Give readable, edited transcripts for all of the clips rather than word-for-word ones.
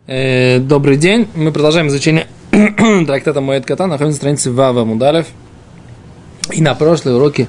Добрый день. Мы продолжаем изучение трактата Моэд Катан. Находимся на странице Вава Мудалев. И на прошлом уроке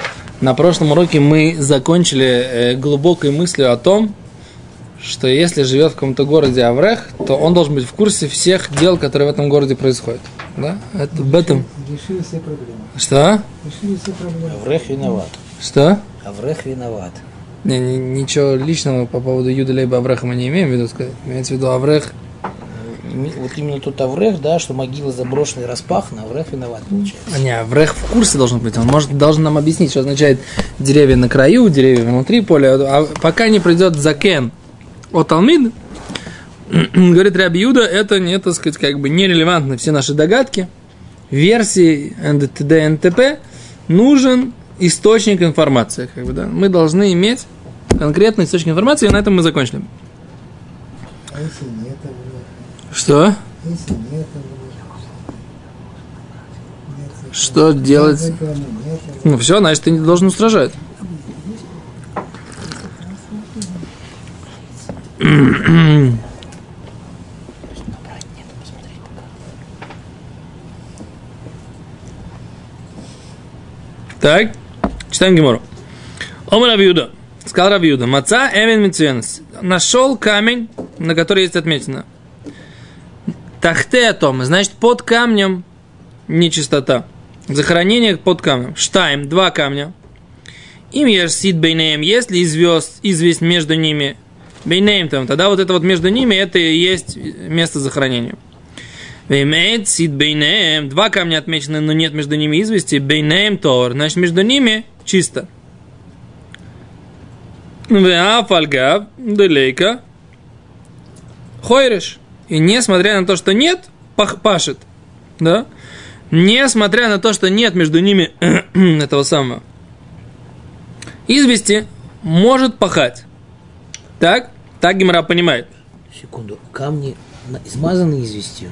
мы закончили глубокой мыслью о том, что если живет в каком-то городе Аврех, то он должен быть в курсе всех дел, которые в этом городе происходят. Да? Это об этом. Решили все проблемы. Что? Решили все проблемы. Аврех виноват. Что? Аврех виноват. Ничего личного по поводу Юда либо Авреха мы не имеем в виду сказать. Имеется в виду Аврех. Вот именно тут Аврех, да, что могила заброшенная и распахана, Аврех виноват получается. Не, Аврех в курсе должен быть. Он должен нам объяснить, что означает деревья на краю, деревья внутри поля. А пока не придет закен от Талмид, говорит Раби Юда, это не, так сказать, как бы нерелевантны все наши догадки, версии НТД, НТП, нужен источник информации. Как бы, да? Мы должны иметь конкретный источник информации, и на этом мы закончили. А если нет Авреха? Что? Если нет Авреха? Что делать? Ну все, значит, ты не должен устражать. Так, читаем Гемору. Омар Раби Юда. Сказал Раби Юда. Маца эвен мицуэнес. Нашел камень, на который есть отметина. Тахте атом. Значит, под камнем нечистота. Захоронение под камнем. Штайм. 2 камня. Им ешсид бейнеем. Если известь между ними. Бейнеем там. Тогда вот это вот между ними, это и есть место захоронения. Веймейт сид бейнеем. 2 камня отмечены, но нет между ними извести. Бейнеем тор. Значит, между ними чисто. Веафальгав делейка хойреш. И несмотря на то, что нет, пашет. Да? Несмотря на то, что нет между ними этого самого извести, может пахать. Так? Так Гемара понимает. Секунду. Камни измазаны известью.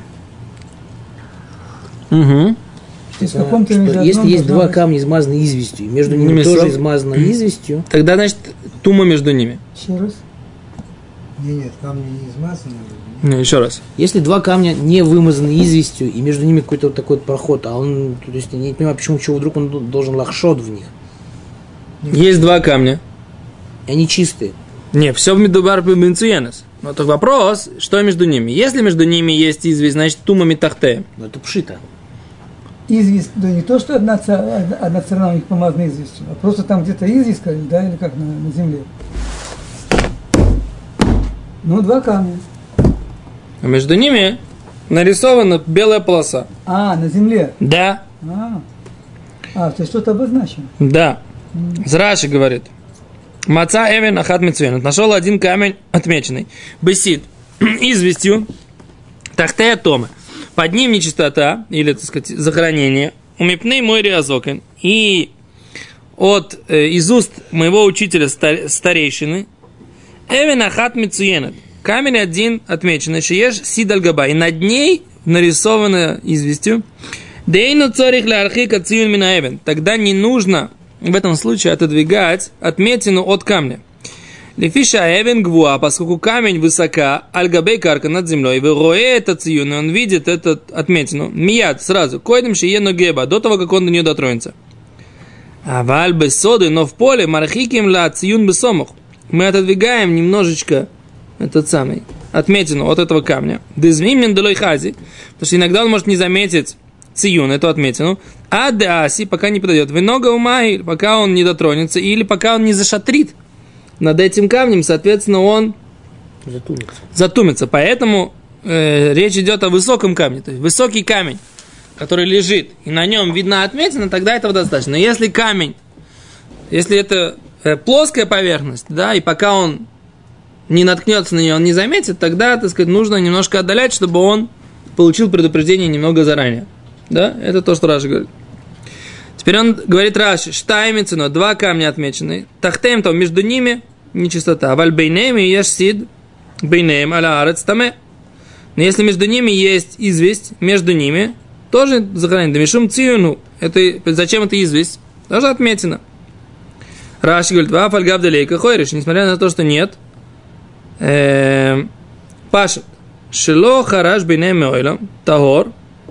Угу. Если есть 2 камня измазаны известью, и между ними тоже измазано известью, тогда, значит, тума между ними. Еще раз? Нет, камни не измазаны. Не, еще раз. Если 2 камня не вымазаны известью, и между ними какой-то вот такой вот проход, а он, то есть я не понимаю, почему вдруг он должен лахшот в них. Есть 2 камня. И они чистые. Не, все в медубар бенцуенес. Но только вопрос, что между ними. Если между ними есть известь, значит тума митахте. Но это пшита. Известь, да не то, что одна сторона у них помазана известью, а просто там где-то известь, да, или как на земле. Ну, 2 камня. А между ними нарисована белая полоса. А, на земле? Да. То есть что-то обозначено? Да. Зраши говорит. Маца эвен ахат мицуэн. Нашел 1 камень отмеченный. Бесид. Известью. Тахте атомы. Под ним нечистота, или, так сказать, захоронение. Умипней мой риазокен. И из уст моего учителя старейшины. Эвен ахат мицуэнет. Камень 1 отмеченный. Шиеш сидаль габа. И над ней нарисовано известью. Дейну цорих лархика циюн мина эвен. Тогда не нужно в этом случае отодвигать отметину от камня. Лефиша эвен гвуа, поскольку камень высока, альгабей карка над землей, выроэ это циюн, он видит эту отметину, мияд, сразу, койдем шиену геба, до того, как он до нее дотронется. А валь без соды, но в поле, мархиким ла циюн бесомух. Мы отодвигаем немножечко этот самый отметину от этого камня. Дезвимин долой хази, потому что иногда он может не заметить циюн, эту отметину, а деаси, пока не подойдет, винога умай, пока он не дотронется, или пока он не зашатрит над этим камнем, соответственно, он затумится. Поэтому речь идет о высоком камне, то есть высокий камень, который лежит, и на нем видна отметина, тогда этого достаточно. Но если камень, если это плоская поверхность, да, и пока он не наткнется на нее, он не заметит, тогда, так сказать, нужно немножко отдалять, чтобы он получил предупреждение немного заранее. Да, это то, что Раши говорит. Теперь он говорит Раши, штаймицы, но 2 камня отмечены. Тахтем, там между ними нечистота. Валь бейнеем и ешсид бейнеем аля арец таме. Но если между ними есть известь, между ними тоже захоронение. Дамишум циюну. Зачем это известь? Тоже отметина. Раши говорит, ва фальгав далейка хойриш. Несмотря на то, что нет, пашет. шело хараш бейнем меойлом тагор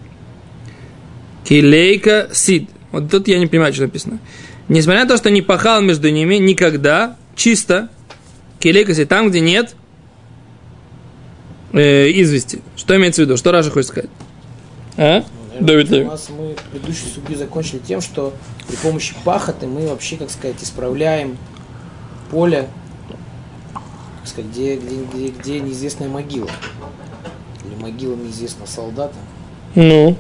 килейка сид. Вот тут я не понимаю, что написано. Несмотря на то, что не пахал между ними никогда, чисто, килейка сид, там, где нет извести. Что имеется в виду? Что Раша хочет сказать? А? Давид, у нас мы предыдущую судью закончили тем, что при помощи пахоты мы вообще, как сказать, исправляем поле, как сказать, где неизвестная могила. Или могила неизвестного солдата. Ну.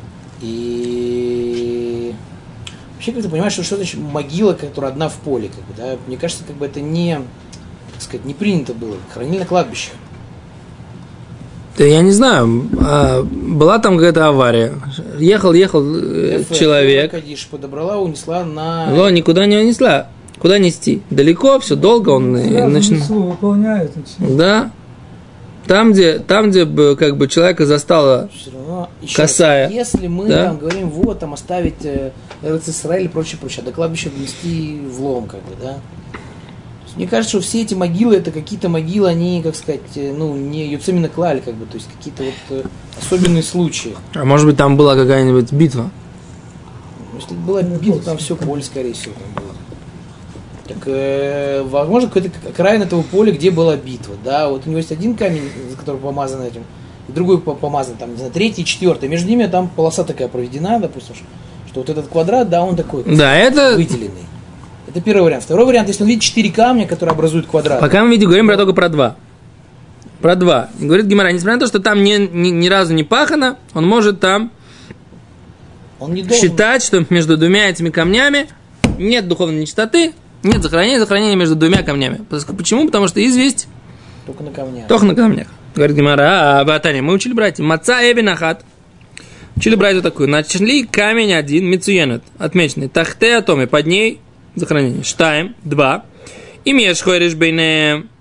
И вообще, как ты понимаешь, что значит могила, которая одна в поле, как бы, да? Мне кажется, как бы это не, так сказать, не принято было. Хоронили на кладбище. Да я не знаю, была там какая-то авария. Ехал человек. Кадиш подобрала, унесла на... Но никуда не унесла. Куда нести? Далеко, все долго он начал. Выполняет. Да. Там, где как бы человека застала косая. Раз, если мы там говорим, вот, там оставить Эрец Исраэль и прочее, а до кладбища внести влом, как бы, да. Мне кажется, что все эти могилы, это какие-то могилы, они, как сказать, ну, не Юцемина Клаль, как бы, то есть какие-то вот особенные случаи. А может быть, там была какая-нибудь битва? Если была битва, там все поле, скорее всего, там было. Так, возможно, какой-то окраин этого поля, где была битва, да, вот у него есть один камень, за который помазан этим, и другой помазан, там, не знаю, третий, четвертый, между ними там полоса такая проведена, допустим, что вот этот квадрат, да, он такой, да, это выделенный. Это первый вариант. Второй вариант, если он видит 4 камня, которые образуют квадрат. Пока мы говорим только про 2. Про 2. Говорит Гемара, несмотря на то, что там ни разу не пахано, он может там считать, что между двумя этими камнями нет духовной нечистоты, нет захоронения между двумя камнями. Почему? Потому что известь только на камнях. Только на камнях. Говорит Гемара, Батани, мы учили братья. Маца эбин ахат. Учили братья такую. Начали камень один, мицуенет, отмеченный. Тахте атоме, под ней захоронение. Штаем, 2. И меш хойриш бейнеем.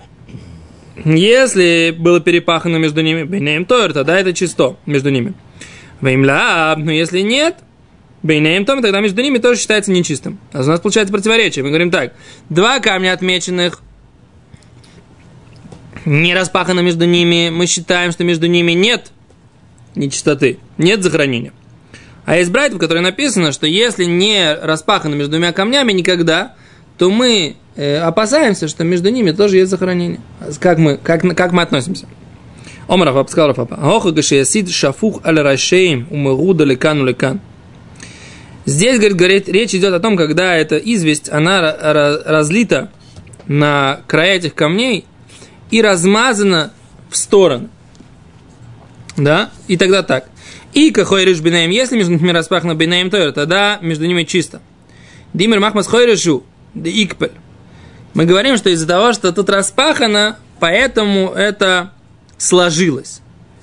Если было перепахано между ними, бейнеем тойр, тогда это чисто между ними. Веймлааб, но если нет, бейнеем том, тогда между ними тоже считается нечистым. А у нас получается противоречие. Мы говорим так. 2 камня отмеченных, не распахано между ними, мы считаем, что между ними нет нечистоты, нет захоронения. А есть братья, в которой написано, что если не распахано между двумя камнями никогда, то мы опасаемся, что между ними тоже есть захоронение. Как мы относимся? Омар Раф сказал Раф: "Охо гашиясид шафух аль рашеим умеруда лекану лекан". Здесь, говорит, речь идет о том, когда эта известь, она разлита на края этих камней и размазана в стороны. Да? И тогда так. И кахойриш бинеем, если между ними распахнут бинеем тойр, тогда между ними чисто. Димер махмас хойришу, де икпель. Мы говорим, что из-за того, что тут распахано, поэтому это сложилось.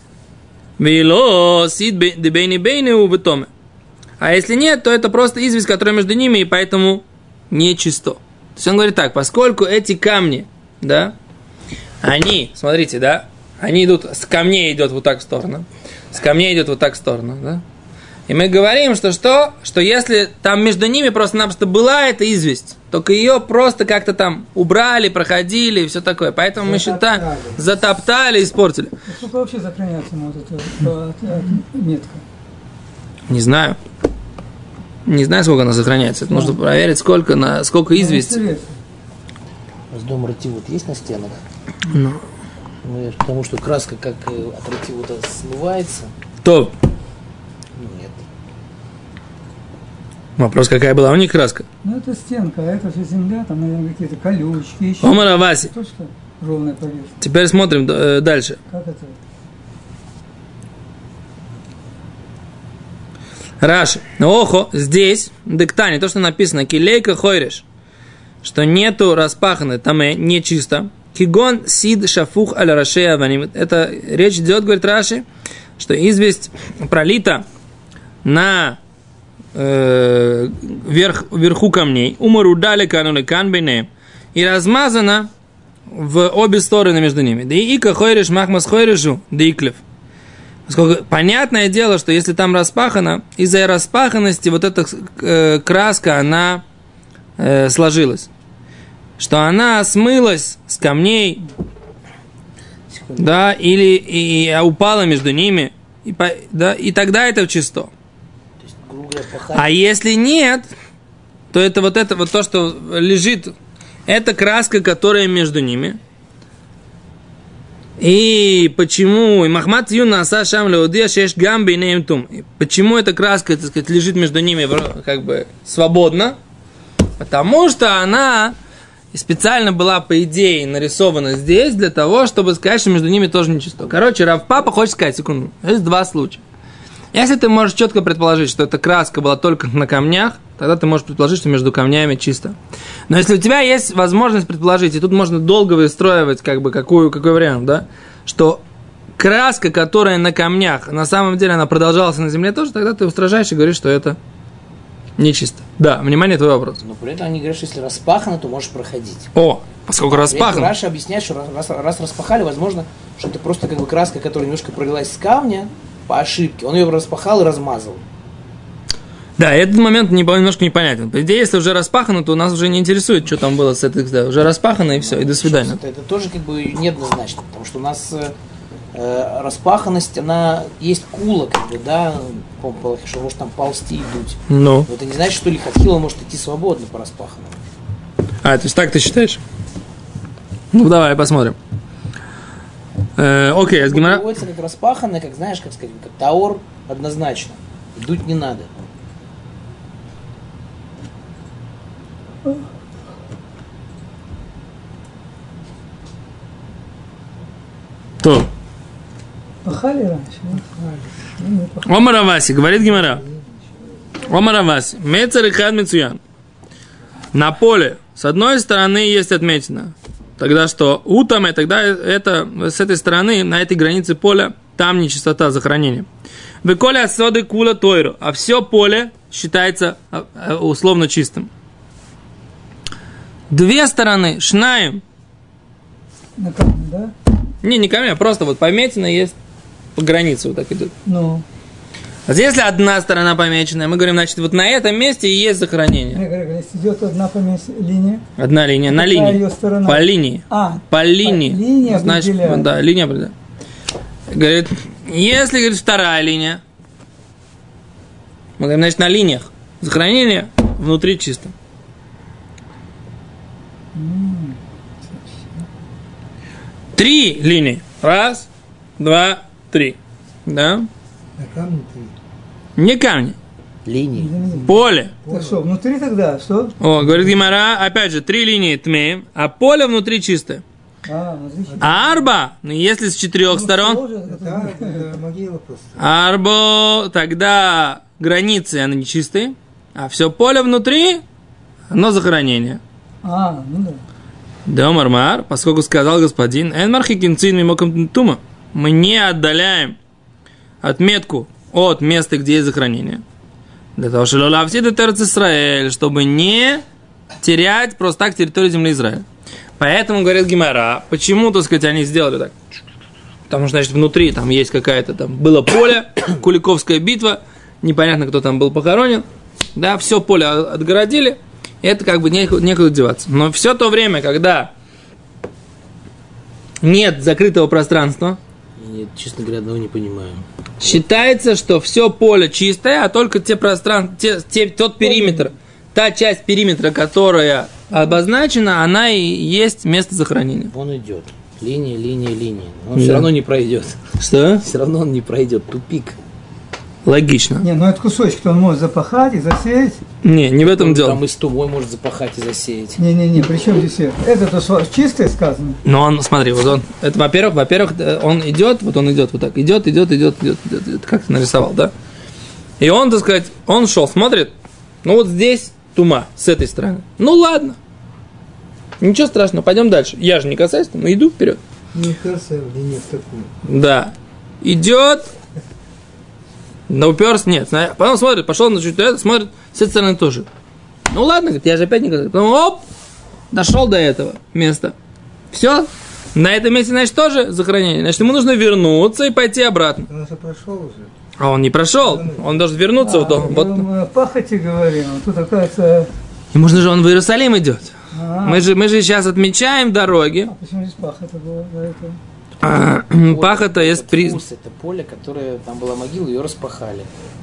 Вило сид де бейни бейни у бетоме. А если нет, то это просто известь, которая между ними, и поэтому нечисто. То есть он говорит так, поскольку эти камни, да, они, смотрите, да, они идут, с камней идет вот так в сторону, с камней идет вот так в сторону, да. И мы говорим, что если там между ними просто-напросто была эта известь, только ее просто как-то там убрали, проходили и все такое. Поэтому мы считаем, затоптали, испортили. Сколько вообще сохраняется может эта метка? Не знаю. Не знаю, сколько она сохраняется. Это нужно проверить, сколько извести. У вас дома ративут есть на стенах? Ну. Потому что краска как от ративута смывается. То. Нет. Вопрос, какая была у них краска? Ну, это стенка, а это все земля, там, наверное, какие-то колючки еще. Омара Васи. То, что ровная поверхность. Теперь смотрим дальше. Как это? Раши. Охо, здесь, дектани, то, что написано, килейка хойреш, что нету распаханы, там не чисто. Кигон сид шафух аль рашея аваним. Это речь идет, говорит Раши, что известь пролита на вверху камней, умарудали кануны канбене, и размазана в обе стороны между ними. Да и ика хойреш махмас хойрешу, да иклев. Поскольку понятное дело, что если там распахано, из-за распаханности вот эта краска, она сложилась. Что она смылась с камней. да, или и упала между ними, да, и тогда это чисто. То есть, грубо говоря, пахать. А если нет, то это вот то, что лежит, это краска, которая между ними. И почему? И Махмад Юна Сашам Леудия Шеш Гамби Неемтум. Почему эта краска, так сказать, лежит между ними как бы свободно? Потому что она специально была, по идее, нарисована здесь для того, чтобы сказать, что между ними тоже нечисто. Короче, Рав Папа хочет сказать, секунду, есть два случая. Если ты можешь четко предположить, что эта краска была только на камнях, тогда ты можешь предположить, что между камнями чисто. Но если у тебя есть возможность предположить, и тут можно долго выстраивать, как бы, какой вариант, да, что краска, которая на камнях, на самом деле она продолжалась на земле тоже, тогда ты устражаешь и говоришь, что это нечисто. Да, внимание, твой вопрос. Но при этом они говорят, что если распахано, то можешь проходить. О, поскольку распахано. Раша объясняет, что раз распахали, возможно, что это просто как бы краска, которая немножко пролилась с камня по ошибке. Он ее распахал и размазал. Да, этот момент немножко непонятен. По идее, если уже распахано, то нас уже не интересует, что там было с этой, да, уже распахано и все, и до свидания. Это тоже как бы неоднозначно, потому что у нас распаханность, она есть кула, как бы, да, что может там ползти и дуть. Ну. Но это не значит, что лихатхила может идти свободно по распаханному. А, то есть так ты считаешь? Ну, давай посмотрим. Окей, а с Гемара... Переводится как распаханное, как, знаешь, как сказать, как таор однозначно. Дуть не надо. То. Пахали раньше? Не пахали. Омар Аваси, говорит Гемара. Омар Аваси. Мецар и хад мецуян. На поле с одной стороны есть отметина. Тогда что? Утаме, тогда это с этой стороны, на этой границе поля, там нечистота захоронения. Веколя соды кула тойру. А все поле считается условно чистым. Две стороны, шнаем. На камне, да? Не камень, а просто вот пометина есть по границе, вот так идет. Ну. А если одна сторона помеченная, мы говорим, значит, вот на этом месте и есть захоронение. Если идет одна линия. Одна линия, на линии. Ее сторона? По линии. По линии. Линия значит, определяет. да, линия определяет. Говорит, если, говорит, вторая линия, мы говорим, значит, на линиях захоронение внутри чисто. Три линии. Раз, два, три. Да? На камне три. Не камни. Линии. Поле. Так что, внутри тогда, что? О, говорит Гемара, опять же, три линии тмеем, а поле внутри чистое. Внутри. А арба, ну, если с четырех сторон, Да, это могила просто. арбо, тогда границы, они нечистые, а все поле внутри, оно захоронение. Ну да. Да, Мармар, поскольку сказал господин, энмархикинцин мимоком тума, мы не отдаляем отметку от места, где есть захоронение. Для того, чтобы не терять просто так территорию земли Израиля. Поэтому, говорит Гемара, почему, так сказать, они сделали так? Потому что, значит, внутри там есть какая-то, там было поле, Куликовская битва, непонятно, кто там был похоронен, да, все поле отгородили, и это как бы некуда деваться. Но все то время, когда нет закрытого пространства, Я, честно говоря, одного не понимаю. считается, что все поле чистое, а только те пространства, тот периметр, та часть периметра, которая обозначена, она и есть место захоронения. Он идет. Линия, линия, линия. Он все равно не пройдет. Что? Все равно он не пройдет. Тупик. Логично. Не, этот кусочек-то он может запахать и засеять. Не в этом дело. Там и с тумой может запахать и засеять. Не, при чем здесь это? Это-то что, чистое сказано? Но он, смотри, вот он, это, во-первых, он идет вот так, идет, как ты нарисовал, да? И он, так сказать, он шел, смотрит, ну вот здесь тума, с этой стороны. Ну ладно, ничего страшного, пойдем дальше. Я же не касаюсь, но иду вперед. Мне кажется, в длине в такую. Да, идет, но уперся, нет, потом смотрит, пошел на чуть смотрит, с этой стороны тоже. Ну ладно, говорит, я же опять не касаюсь. Потом, оп, дошел до этого места. Все, на этом месте, значит, тоже захоронение. Значит, ему нужно вернуться и пойти обратно. Он уже прошел уже. А он не прошел, он должен вернуться. Мы о пахоте говорим, а тут, оказывается... Ему же он в Иерусалим идет. Мы же сейчас отмечаем дороги. Почему здесь пахота было до этого? Пахота есть при... Это поле, которое там была могила, ее распахали.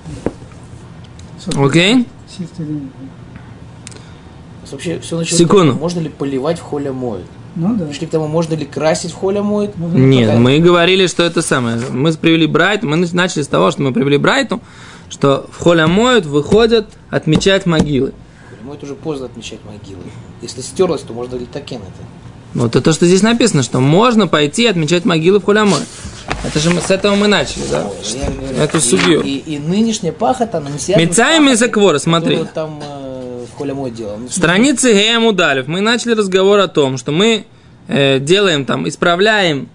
Окей? Чистый день. Вообще все началось. Секунду. Можно ли поливать в холе моет? Ну да. Пришли к тому, можно ли красить в холе моет? Нет, мы говорили, что это самое. Мы привели Брайту, мы начали с того, что мы привели Брайту, что в холе моют, выходят отмечать могилы. Моет уже поздно отмечать могилы. Если стерлось, то можно ли такен это? Вот это то, что здесь написано, что можно пойти отмечать могилы в холе моют. Это же с этого мы начали, да? Эту судью. И нынешняя пахота, она не связана Мицаем и Заквора, смотри. Там в холе моет делал. Страницы Геем Удалев. Мы начали разговор о том, что мы делаем там, исправляем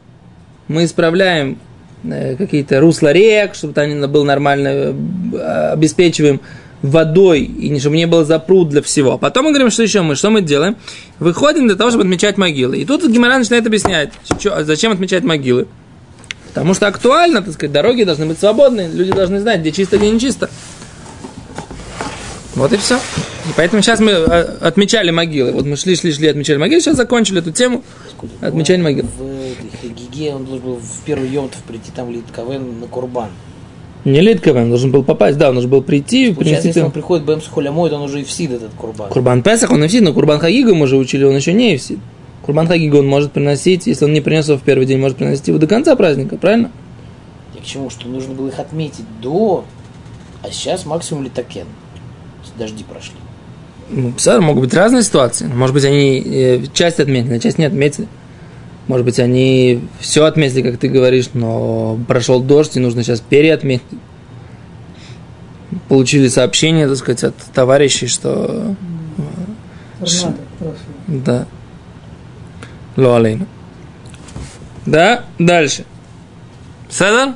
какие-то русла рек, чтобы там было нормально, обеспечиваем водой, и чтобы не было запруд для всего. А потом мы говорим, что мы делаем? Выходим для того, чтобы отмечать могилы. И тут Гемара начинает объяснять, зачем отмечать могилы. Потому что актуально, так сказать, дороги должны быть свободны, люди должны знать, где чисто, где нечисто. Вот и все. И поэтому сейчас мы отмечали могилы. Вот мы шли, отмечали могилы, сейчас закончили эту тему. Отмечали могилы. В Хагиге он должен был в первый йомтов прийти там Литковен на Курбан. Не Литковен, он должен был попасть, да, он должен был прийти. Получается, если он приходит Бэмс Холямойд, он уже и всид этот Курбан. Курбан Песах, он и всид, но Курбан Хагигу мы уже учили, он еще не и всид. Курбан Хагигу он может приносить, если он не принес его в первый день, может приносить его до конца праздника, правильно? Я к чему? Что нужно было их отметить до, а сейчас максимум литакен. Дожди прошли. Ну, могут быть разные ситуации. Может быть, они часть отметили, часть не отметили. Может быть, они все отметили, как ты говоришь, но прошел дождь, и нужно сейчас переотметить. Получили сообщение, так сказать, от товарищей, что... Да. Луалейна. Да, дальше. Седер?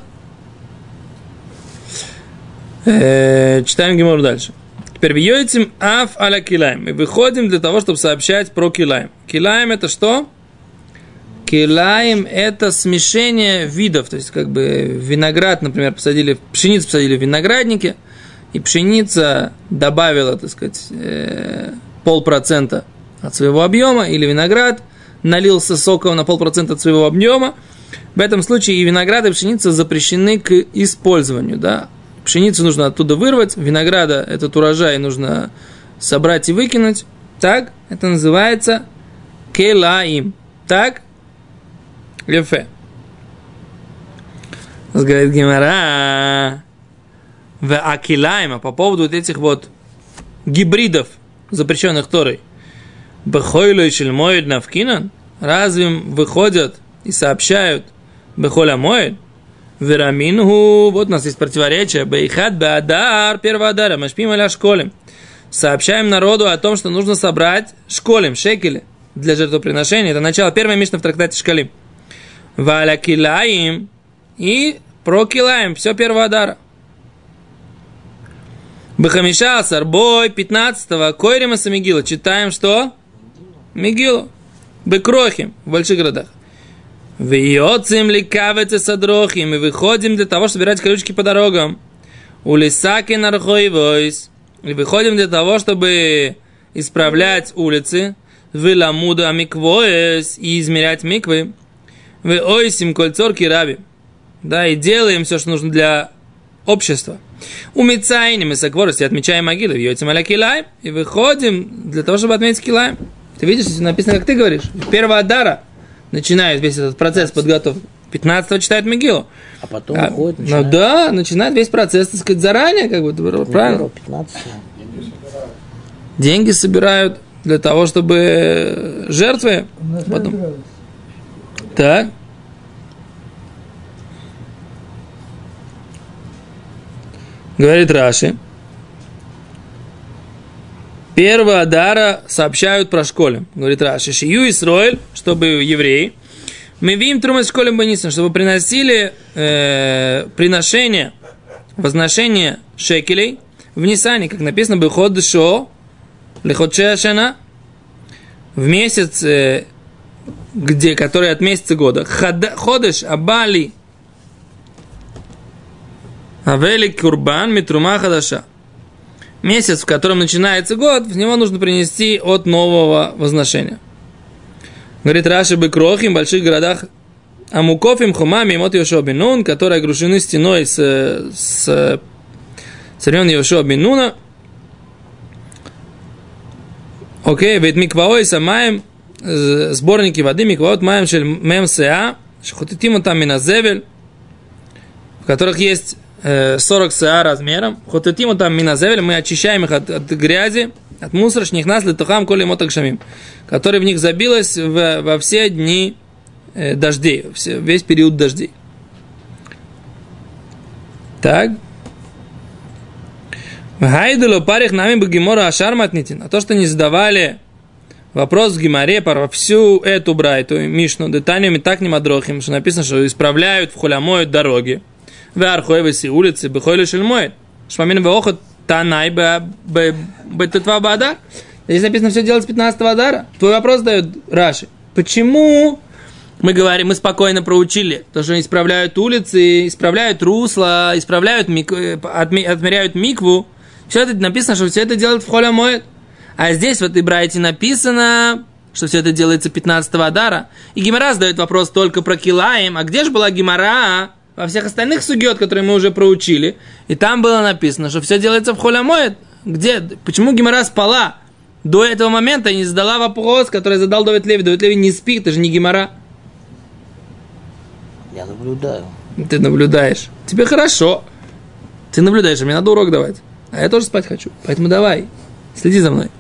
Читаем Гемору дальше. Теперь бьёйцем аф аля килаем. Мы выходим для того, чтобы сообщать про килаем. Килаем это что? Килаем это смешение видов. То есть, как бы виноград, например, пшеницу посадили в винограднике, и пшеница добавила, так сказать, 0,5% от своего объема, или виноград налился соком на 0,5% от своего объема. В этом случае и виноград, и пшеница запрещены к использованию, да. Пшеницу нужно оттуда вырвать, винограда, этот урожай, нужно собрать и выкинуть. Так, это называется келаим. Так? Лефе. Говорит Гемара. В акилаима, по поводу вот этих вот гибридов, запрещенных Торой. Бехойлой шельмоид навкинан. Разве выходят и сообщают бехоля моид? Верамингу, вот у нас есть противоречие. Бейхат беадар, первого адара, машпим аля школем. Сообщаем народу о том, что нужно собрать школем, шекели для жертвоприношения. Это начало, первая мишна в трактате Шкалим. Валя килаим и про килаим, все первого адара. Бахамиша сарбой 15-го, койрима самигила. Читаем что? Мигилу. Бекрохим в больших городах. Вьёцим ликавете садрохи. Мы выходим для того, чтобы собирать колючки по дорогам. Улисаки нархоевойс. И выходим для того, чтобы исправлять улицы. Виламуда миквоес. И измерять миквы. Вьёсим кольцор кираби. Да, и делаем все, что нужно для общества. Умицайни мы сокворости отмечаем могилы. Вьёцим аля килаем. И выходим для того, чтобы отметить килаем. Ты видишь, здесь написано, как ты говоришь. Первого адара начинает весь этот процесс подготовки. 15-го читает Мегилу. А потом уходит, начинает. Ну да, начинает весь процесс, так сказать, заранее, как бы, правильно? 15. Деньги собирают для того, чтобы жертвы. Потом. Так. Говорит Раши. Первого адара сообщают про школе. Говорит Раши, шию Исроэль, чтобы евреи, мы видим трумас школем банисан, чтобы приносили приношение, возношение шекелей в Нисане, как написано, беход шо, леходше шана, в месяц, который от месяца года. Ходеш абали авели курбан митрума хадаша. Месяц, в котором начинается год, в него нужно принести от нового возношения. Говорит Раши, бекрохим в больших городах Амукофим хумами имот Йошуа бен Нун, которые огрушены стеной с времен Йошуа бен Нуна. Окей, ведь микваой самаем, сборники воды, микваот маем шель мем сеа, шхутитиму там миназевель, в которых есть 40 сеа размером. Хутитиму там миназевель, мы очищаем их от грязи, от мусора, шнихнас литухам коли мотакшамим, который в них забилось во все дни дождей, весь период дождей. Так. Гайдуло парих нами бы гемора ашарматнитин. А то, что не задавали вопрос в геморе про всю эту брайту, Мишну, детанями так не мадрохим, что написано, что исправляют в холямоют дороги. В архоевеси улицы, бехойли шельмоет. Шмамин веохот танай бететва бадар. Здесь написано все делать с 15-го адара. Твой вопрос дает Раши. Почему мы говорим, мы спокойно проучили, то, что исправляют улицы, исправляют русло, исправляют отмеряют микву. Все это написано, что все это делают в холе моет. А здесь в этой брайте написано, что все это делается 15-го адара. И Гемара задает вопрос только про килаем. А где же была Гемара во всех остальных сугьот, которые мы уже проучили? И там было написано, что все делается в холе моет. Где? Почему Гемара спала до этого момента и не задала вопрос, который задал Довид Леви? Довид Леви не спит, это же не Гемара. Я наблюдаю. Ты наблюдаешь. Тебе хорошо. Ты наблюдаешь, а мне надо урок давать. А я тоже спать хочу. Поэтому давай. Следи за мной.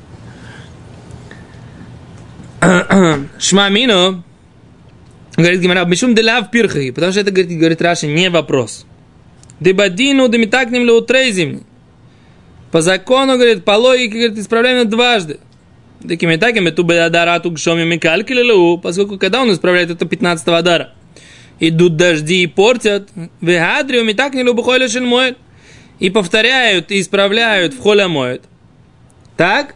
Шмамину. Говорит Гемара, бешум делав пирхаги. Потому что это, говорит Раши, не вопрос. Дебадину демитакнем леутрейзим. По закону, говорит, по логике, говорит, исправляем дважды. Такими такими, тубедадарату гшоми микалькилелу. Поскольку когда он исправляет это 15-го адара, идут дожди и портят. Вегадриум и так не любухоля шельмоет. И повторяют, и исправляют в холя моет. Так?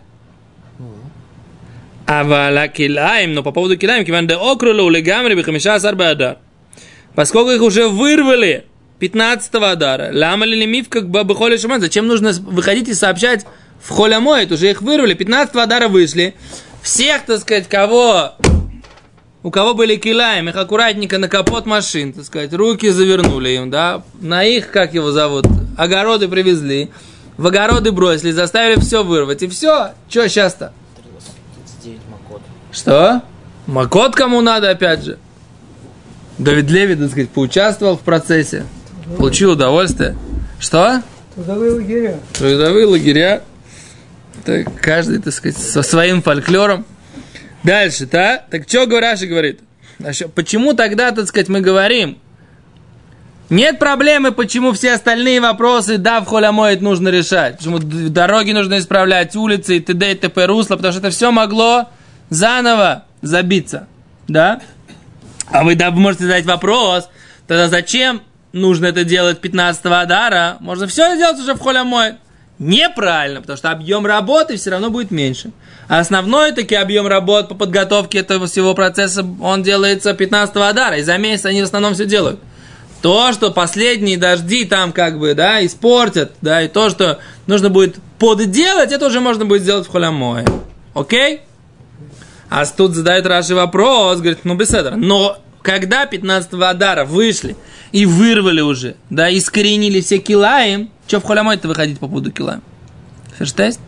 А валя килаем, но по поводу килаем, киван де окрулу улегамри бихамиша сарба адар. Поскольку их уже вырвали 15-го адара, лама ли миф как бы холя шельмоет, зачем нужно выходить и сообщать в холя моет? Уже их вырвали, 15-го адара вышли. Всех, так сказать, у кого были килаем, их аккуратненько на капот машин, так сказать, руки завернули им, да, на их, как его зовут, огороды привезли, в огороды бросили, заставили все вырвать, и все, что сейчас-то? 39 макот. Что? Макот кому надо, опять же? Давид Леви, так сказать, поучаствовал в процессе, получил удовольствие. Что? Трудовые лагеря. Трудовые лагеря, так, каждый, так сказать, со своим фольклором. Дальше, да? Так что Раши говорит? Почему тогда, так сказать, мы говорим? Нет проблемы, почему все остальные вопросы, да, в холя моет нужно решать. Почему дороги нужно исправлять, улицы, и т.д. и т.п. русло, потому что это все могло заново забиться. Да? А вы можете задать вопрос, тогда зачем нужно это делать 15-го адара? Можно все это делать уже в холя моет. Неправильно, потому что объем работы все равно будет меньше. А основной таки объем работ по подготовке этого всего процесса, он делается 15-го адара, и за месяц они в основном все делают. То, что последние дожди там как бы, да, испортят, да, и то, что нужно будет подделать, это уже можно будет сделать в холямое. Окей? А тут задает Раши вопрос, говорит, ну беседа, но когда 15-го адара вышли и вырвали уже, да, искоренили все килаем, что в холямой-то выходить по поводу килаем? Ферштест?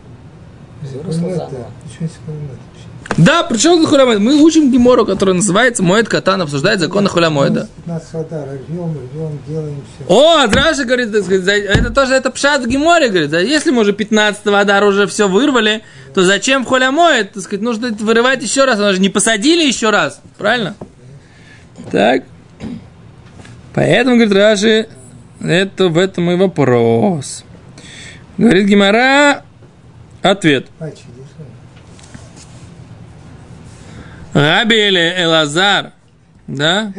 Да, причем холямой? Мы учим гемору, который называется Моэд Катан, обсуждает законы холямоэда. 15 вода, рвем, делаем все. О, Раша говорит, это тоже это пшат в геморе, говорит, если мы уже 15-го адара уже все вырвали, то зачем в холямоэд, так сказать, нужно вырывать еще раз, оно же не посадили еще раз, правильно? Так. Поэтому, говорит Раши, это в этом и вопрос. Говорит Гемара, ответ. Раби Элазар, да?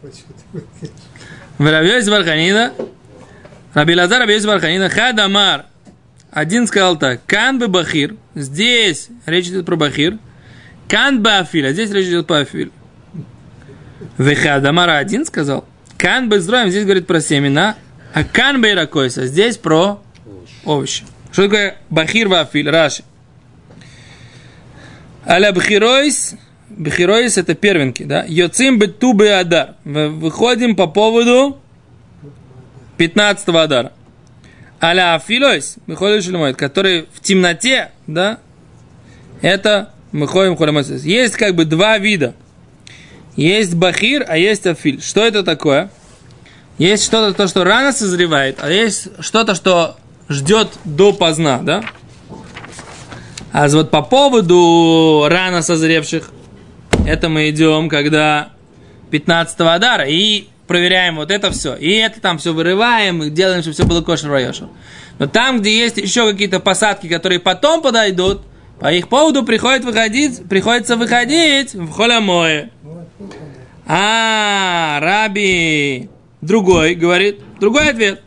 Раби Йосиф бар Ханина, Раби Элазар, Раби Йосиф бар Ханина, Хадамар. Один сказал так, Кан бе Бахир, здесь речь идет про Бахир, Кан бе Афиль, а здесь речь идет по Афиль. Вехадамар один сказал, Кан бе Зроем, здесь говорит про семена, а Кан бе Иракойса, здесь про овощи. Что такое Бахир ва Афиль? Раши. Аля Бхиройс Бехироис это первенки, да? Йоцим бету беадар. Выходим по поводу 15-го адара. Аля афилойс, выходим шельмоид, который в темноте, да? Это мы ходим холямойс. Есть как бы два вида. Есть бахир, а есть афиль. Что это такое? Есть что-то, то, что рано созревает, а есть что-то, что ждет до поздна, да? А вот по поводу рано созревших, это мы идем, когда 15-го адара, и проверяем вот это все. И это там все вырываем, и делаем, чтобы все было кошер райошер. Но там, где есть еще какие-то посадки, которые потом подойдут, по их поводу приходится выходить в холямое. Раби другой говорит, другой ответ.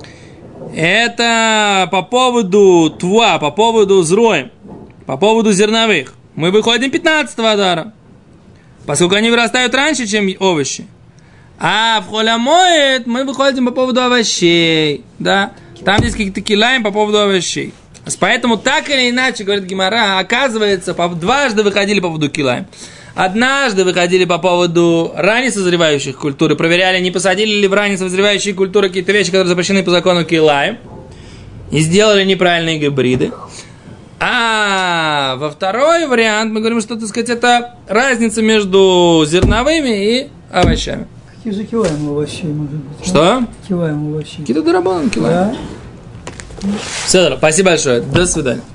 Это по поводу твуа, по поводу зроем, по поводу зерновых. Мы выходим 15-го адара, поскольку они вырастают раньше, чем овощи. А в холямоэд мы выходим по поводу овощей, да. Там есть какие-то килаем по поводу овощей. Поэтому так или иначе, говорит Гемара, оказывается, дважды выходили по поводу килаем. Однажды выходили по поводу ранее созревающих культур и проверяли, не посадили ли в ранее созревающие культуры какие-то вещи, которые запрещены по закону килаем, и сделали неправильные гибриды. А во второй вариант мы говорим, что, так сказать, это разница между зерновыми и овощами. Какие же килаем овощей, может быть? Что? Килаем овощей. Какие-то дарабоны килаем. Да. Все, спасибо большое. До свидания.